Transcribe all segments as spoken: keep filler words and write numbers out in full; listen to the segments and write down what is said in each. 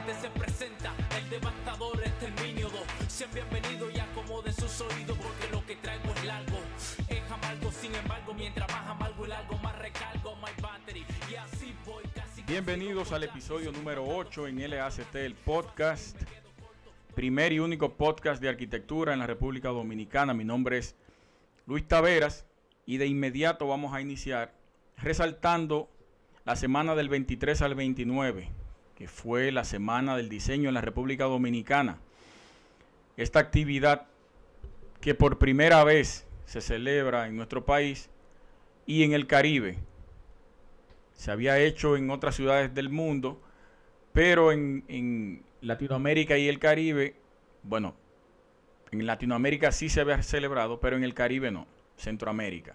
repente se presenta el devastador exterminio dos. Sean bienvenidos y acomoden sus oídos porque lo que traigo es largo. Es amargo, sin embargo, mientras más amargo el algo, más recargo my battery. Y así voy casi. Bienvenidos al episodio número ocho en L A C T, el podcast. Primer y único podcast de arquitectura en la República Dominicana. Mi nombre es Luis Taveras y de inmediato vamos a iniciar resaltando la semana del veintitrés al veintinueve, que fue la Semana del Diseño en la República Dominicana. Esta actividad que por primera vez se celebra en nuestro país y en el Caribe. Se había hecho en otras ciudades del mundo, pero en, en Latinoamérica y el Caribe, bueno, en Latinoamérica sí se había celebrado, pero en el Caribe no, Centroamérica.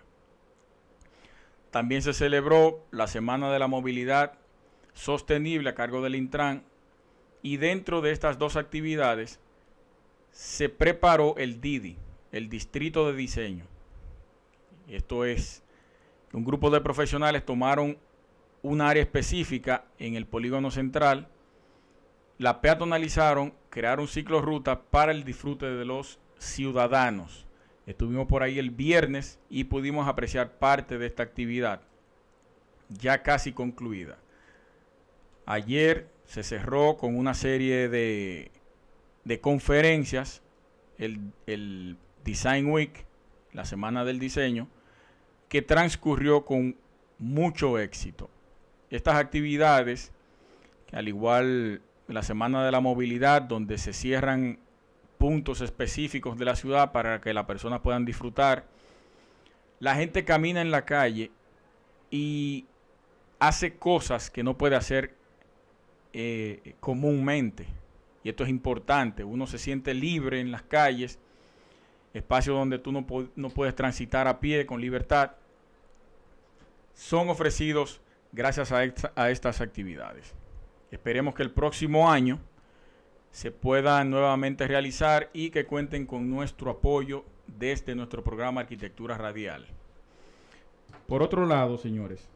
También se celebró la Semana de la Movilidad Sostenible a cargo del Intran, y dentro de estas dos actividades se preparó el D I D I, el Distrito de Diseño. Esto es, un grupo de profesionales tomaron un área específica en el Polígono Central, la peatonalizaron, crearon ciclorruta para el disfrute de los ciudadanos. Estuvimos por ahí el viernes y pudimos apreciar parte de esta actividad, ya casi concluida. Ayer se cerró con una serie de, de conferencias, el, el Design Week, la Semana del Diseño, que transcurrió con mucho éxito. Estas actividades, que al igual que la Semana de la Movilidad, donde se cierran puntos específicos de la ciudad para que las personas puedan disfrutar, la gente camina en la calle y hace cosas que no puede hacer eh, comúnmente. Y esto es importante. Uno se siente libre en las calles, espacios donde tú no, no puedes transitar a pie con libertad. Son ofrecidos gracias a, esta, a estas actividades. Esperemos que el próximo año se puedan nuevamente realizar y que cuenten con nuestro apoyo desde nuestro programa Arquitectura Radial. Por otro lado, señores,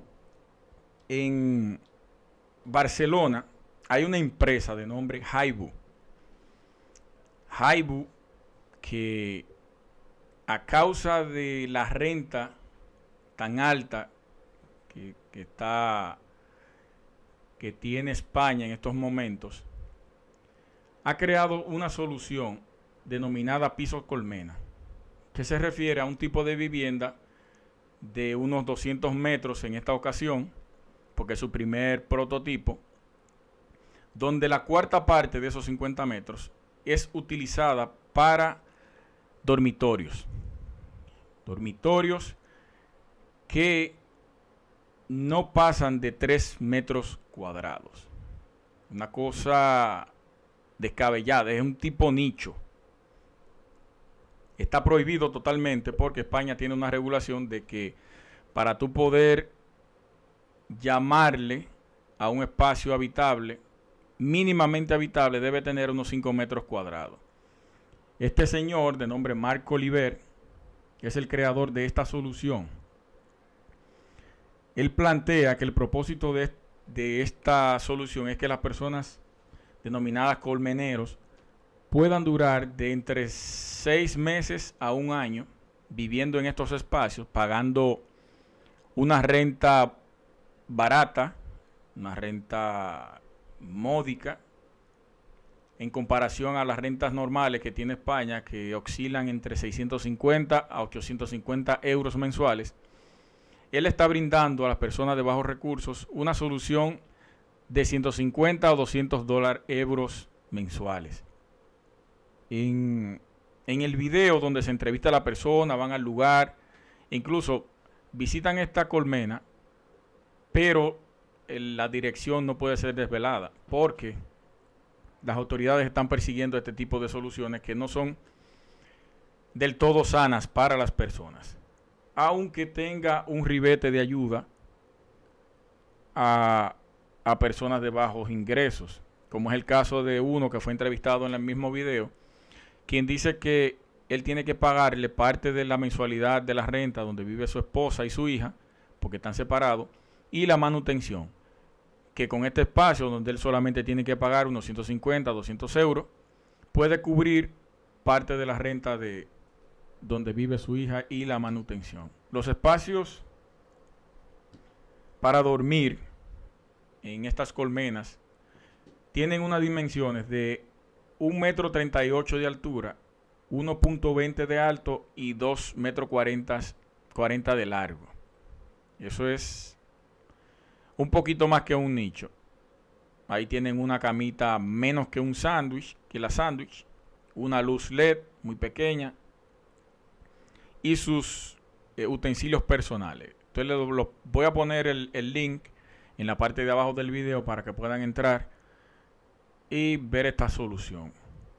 en Barcelona hay una empresa de nombre Haibu. Haibu, que a causa de la renta tan alta que, que está que tiene España en estos momentos, ha creado una solución denominada piso colmena, que se refiere a un tipo de vivienda de unos doscientos metros en esta ocasión, porque es su primer prototipo, donde la cuarta parte de esos cincuenta metros es utilizada para dormitorios. Dormitorios que no pasan de tres metros cuadrados. Una cosa descabellada, es un tipo nicho. Está prohibido totalmente porque España tiene una regulación de que para tú poder llamarle a un espacio habitable, mínimamente habitable, debe tener unos cinco metros cuadrados. Este señor de nombre Marco Oliver, que es el creador de esta solución, él plantea que el propósito de, de esta solución es que las personas denominadas colmeneros puedan durar de entre seis meses a un año viviendo en estos espacios, pagando una renta barata, una renta módica, en comparación a las rentas normales que tiene España, que oscilan entre seiscientos cincuenta a ochocientos cincuenta euros mensuales. Él está brindando a las personas de bajos recursos una solución de ciento cincuenta o doscientos dólares euros mensuales. En, en el video donde se entrevista a la persona, van al lugar, incluso visitan esta colmena, pero el, la dirección no puede ser desvelada porque las autoridades están persiguiendo este tipo de soluciones que no son del todo sanas para las personas, aunque tenga un ribete de ayuda a, a personas de bajos ingresos, como es el caso de uno que fue entrevistado en el mismo video, quien dice que él tiene que pagarle parte de la mensualidad de la renta donde vive su esposa y su hija, porque están separados, y la manutención, que con este espacio, donde él solamente tiene que pagar unos ciento cincuenta, doscientos euros, puede cubrir parte de la renta de donde vive su hija y la manutención. Los espacios para dormir en estas colmenas tienen unas dimensiones de un metro treinta y ocho de altura, uno punto veinte de alto y dos metros cuarenta de largo. Eso es un poquito más que un nicho. Ahí tienen una camita menos que un sándwich, que la sándwich, una luz L E D muy pequeña y sus eh, utensilios personales. Entonces les lo, voy a poner el, el link en la parte de abajo del video para que puedan entrar y ver esta solución.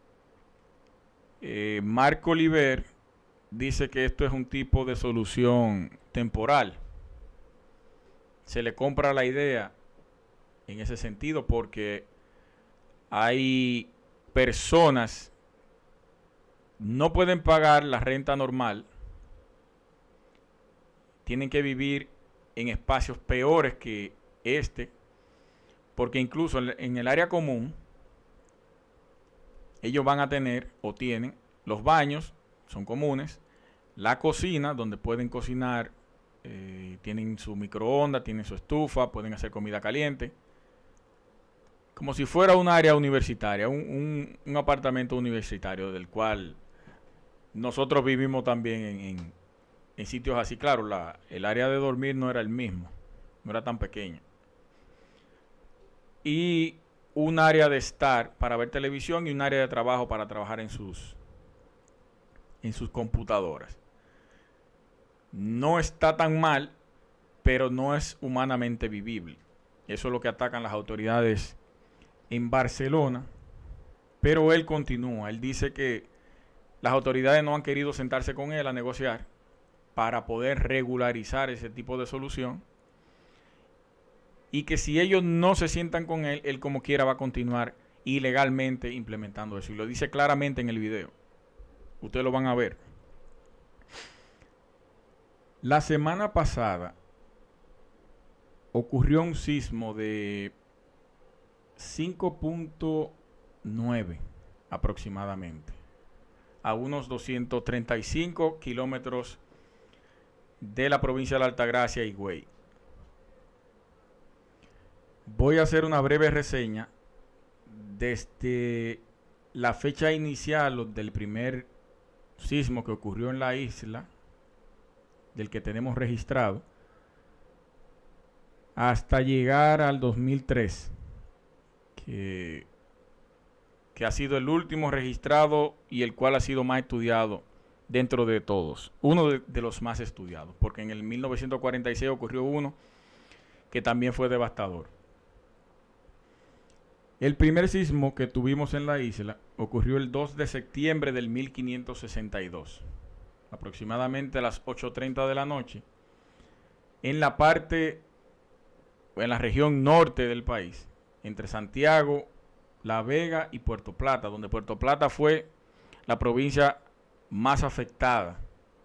Eh, Marco Oliver dice que esto es un tipo de solución temporal. Se le compra la idea en ese sentido porque hay personas no pueden pagar la renta normal, tienen que vivir en espacios peores que este, porque incluso en el área común ellos van a tener o tienen los baños, son comunes, la cocina donde pueden cocinar, eh, tienen su microondas, tienen su estufa, pueden hacer comida caliente, como si fuera un área universitaria, un, un, un apartamento universitario del cual nosotros vivimos también en, en, en sitios así. Claro, la, el área de dormir no era el mismo, no era tan pequeña. Y un área de estar para ver televisión y un área de trabajo para trabajar en sus, en sus computadoras. No está tan mal, pero no es humanamente vivible. Eso es lo que atacan las autoridades en Barcelona. Pero él continúa. Él dice que las autoridades no han querido sentarse con él a negociar para poder regularizar ese tipo de solución. Y que si ellos no se sientan con él, él como quiera va a continuar ilegalmente implementando eso. Y lo dice claramente en el video. Ustedes lo van a ver. La semana pasada ocurrió un sismo de cinco punto nueve aproximadamente, a unos doscientos treinta y cinco kilómetros de la provincia de la Altagracia, Higüey. Voy a hacer una breve reseña desde la fecha inicial del primer sismo que ocurrió en la isla, del que tenemos registrado, hasta llegar al dos mil tres, que, que ha sido el último registrado y el cual ha sido más estudiado dentro de todos. Uno de, de los más estudiados, porque en el mil novecientos cuarenta y seis ocurrió uno que también fue devastador. El primer sismo que tuvimos en la isla ocurrió el dos de septiembre del mil quinientos sesenta y dos, aproximadamente a las ocho treinta de la noche, en la parte, en la región norte del país, entre Santiago, La Vega y Puerto Plata, donde Puerto Plata fue la provincia más afectada.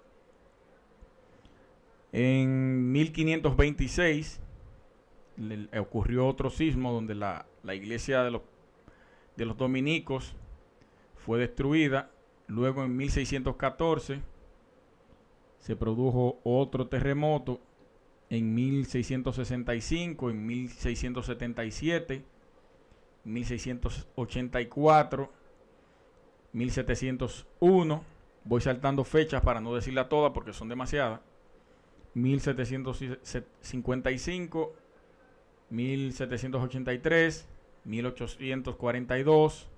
En mil quinientos veintiséis le, ocurrió otro sismo donde la, la iglesia de los, de los dominicos fue destruida. Luego en mil seiscientos catorce se produjo otro terremoto, en mil seiscientos sesenta y cinco, en mil seiscientos setenta y siete, mil seiscientos ochenta y cuatro, mil setecientos uno. Voy saltando fechas para no decirla todas porque son demasiadas. mil setecientos cincuenta y cinco, mil setecientos ochenta y tres, mil ochocientos cuarenta y dos,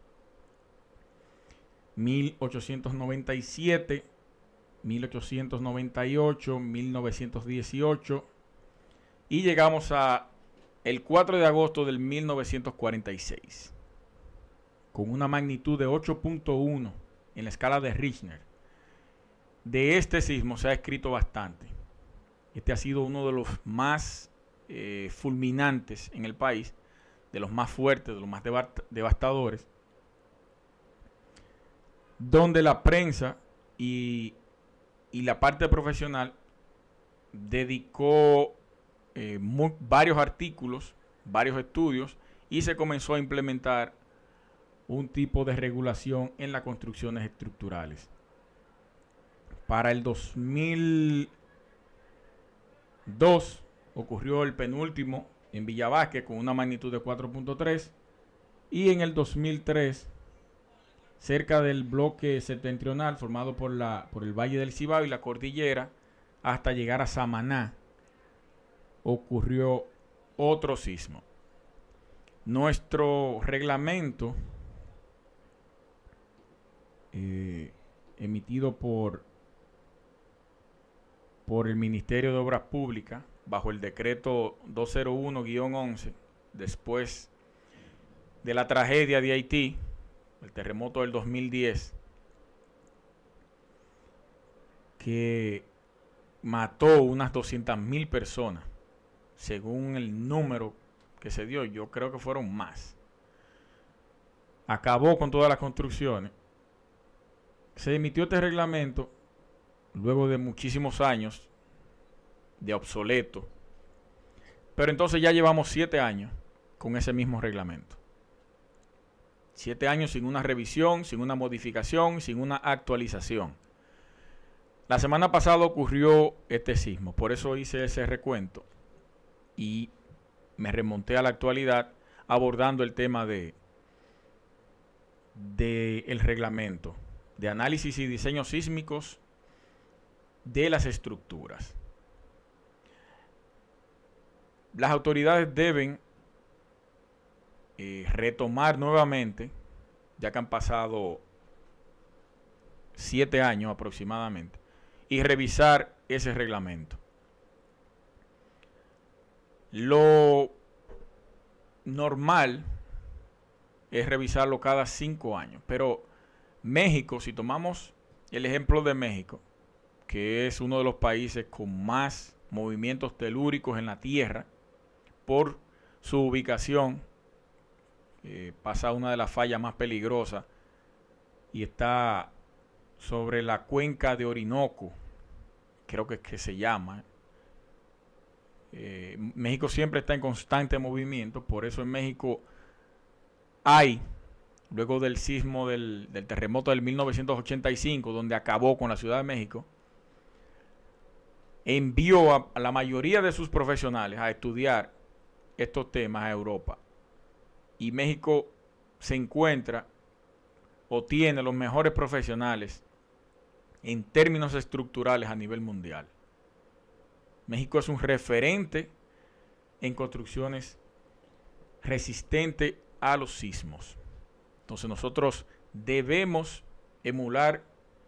mil ochocientos noventa y siete, mil ochocientos noventa y ocho, mil novecientos dieciocho y llegamos a el cuatro de agosto del mil novecientos cuarenta y seis con una magnitud de ocho punto uno en la escala de Richter. De este sismo se ha escrito bastante. Este ha sido uno de los más eh, fulminantes en el país, de los más fuertes, de los más devastadores, donde la prensa y, y la parte profesional dedicó eh, muy, varios artículos varios estudios y se comenzó a implementar un tipo de regulación en las construcciones estructurales. Para el dos mil dos ocurrió el penúltimo en Villa Vázquez con una magnitud de cuatro punto tres y en el dos mil tres cerca del bloque septentrional formado por, la, por el Valle del Cibao y la Cordillera hasta llegar a Samaná ocurrió otro sismo. Nuestro reglamento eh, emitido por, por el Ministerio de Obras Públicas bajo el decreto doscientos uno guión once después de la tragedia de Haití, el terremoto del dos mil diez, que mató unas doscientas mil personas, según el número que se dio. Yo creo que fueron más. Acabó con todas las construcciones. Se emitió este reglamento luego de muchísimos años de obsoleto, pero entonces ya llevamos siete años con ese mismo reglamento. Siete años sin una revisión, sin una modificación, sin una actualización. La semana pasada ocurrió este sismo, por eso hice ese recuento y me remonté a la actualidad abordando el tema de, de el reglamento de análisis y diseños sísmicos de las estructuras. Las autoridades deben eh, retomar nuevamente, ya que han pasado siete años aproximadamente, y revisar ese reglamento. Lo normal es revisarlo cada cinco años, pero México, si tomamos el ejemplo de México, que es uno de los países con más movimientos telúricos en la Tierra, por su ubicación, eh, pasa una de las fallas más peligrosas y está sobre la cuenca de Orinoco, creo que es que se llama. Eh, México siempre está en constante movimiento, por eso en México hay, luego del sismo del, del terremoto del mil novecientos ochenta y cinco, donde acabó con la Ciudad de México, envió a, a la mayoría de sus profesionales a estudiar estos temas a Europa. Y México se encuentra o tiene los mejores profesionales en términos estructurales a nivel mundial. México es un referente en construcciones resistentes a los sismos. Entonces nosotros debemos emular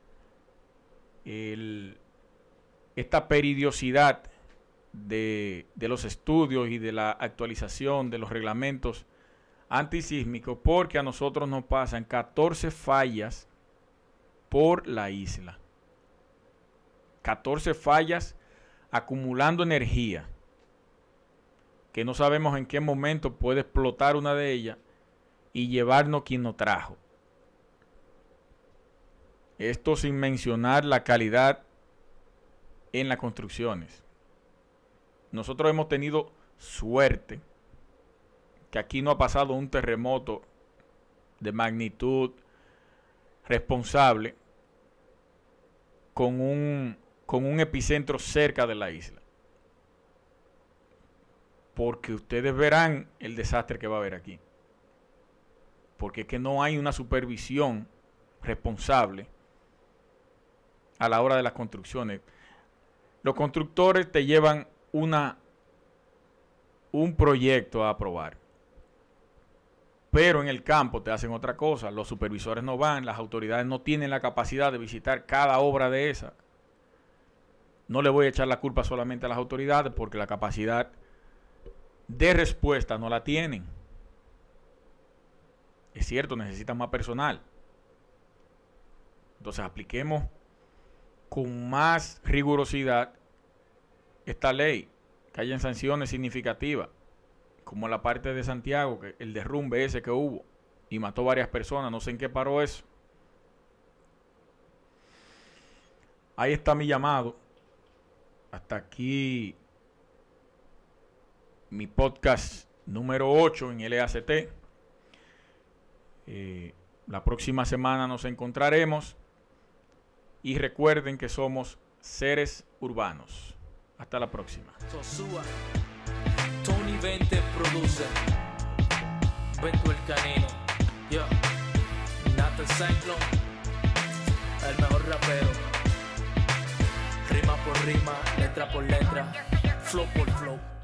el, esta periodicidad de, de los estudios y de la actualización de los reglamentos antisísmicos, porque a nosotros nos pasan catorce fallas por la isla. catorce fallas acumulando energía, que no sabemos en qué momento puede explotar una de ellas y llevarnos quien nos trajo. Esto sin mencionar la calidad en las construcciones. Nosotros hemos tenido suerte que aquí no ha pasado un terremoto de magnitud responsable con un, con un epicentro cerca de la isla. Porque ustedes verán el desastre que va a haber aquí. Porque es que no hay una supervisión responsable a la hora de las construcciones. Los constructores te llevan una, un proyecto a aprobar, pero en el campo te hacen otra cosa. Los supervisores no van, las autoridades no tienen la capacidad de visitar cada obra de esa. No le voy a echar la culpa solamente a las autoridades, porque la capacidad de respuesta no la tienen. Es cierto, necesitan más personal. Entonces apliquemos con más rigurosidad esta ley, que hayan sanciones significativas, como la parte de Santiago, que el derrumbe ese que hubo y mató varias personas. No sé en qué paró eso. Ahí está mi llamado. Hasta aquí mi podcast número ocho en L A C T. Eh, la próxima semana nos encontraremos y recuerden que somos seres urbanos. Hasta la próxima. Sosúa, Tony veinte produce, Beto el Canino, yo, Nathan Cyclone, el mejor rapero, rima por rima, letra por letra, flow por flow.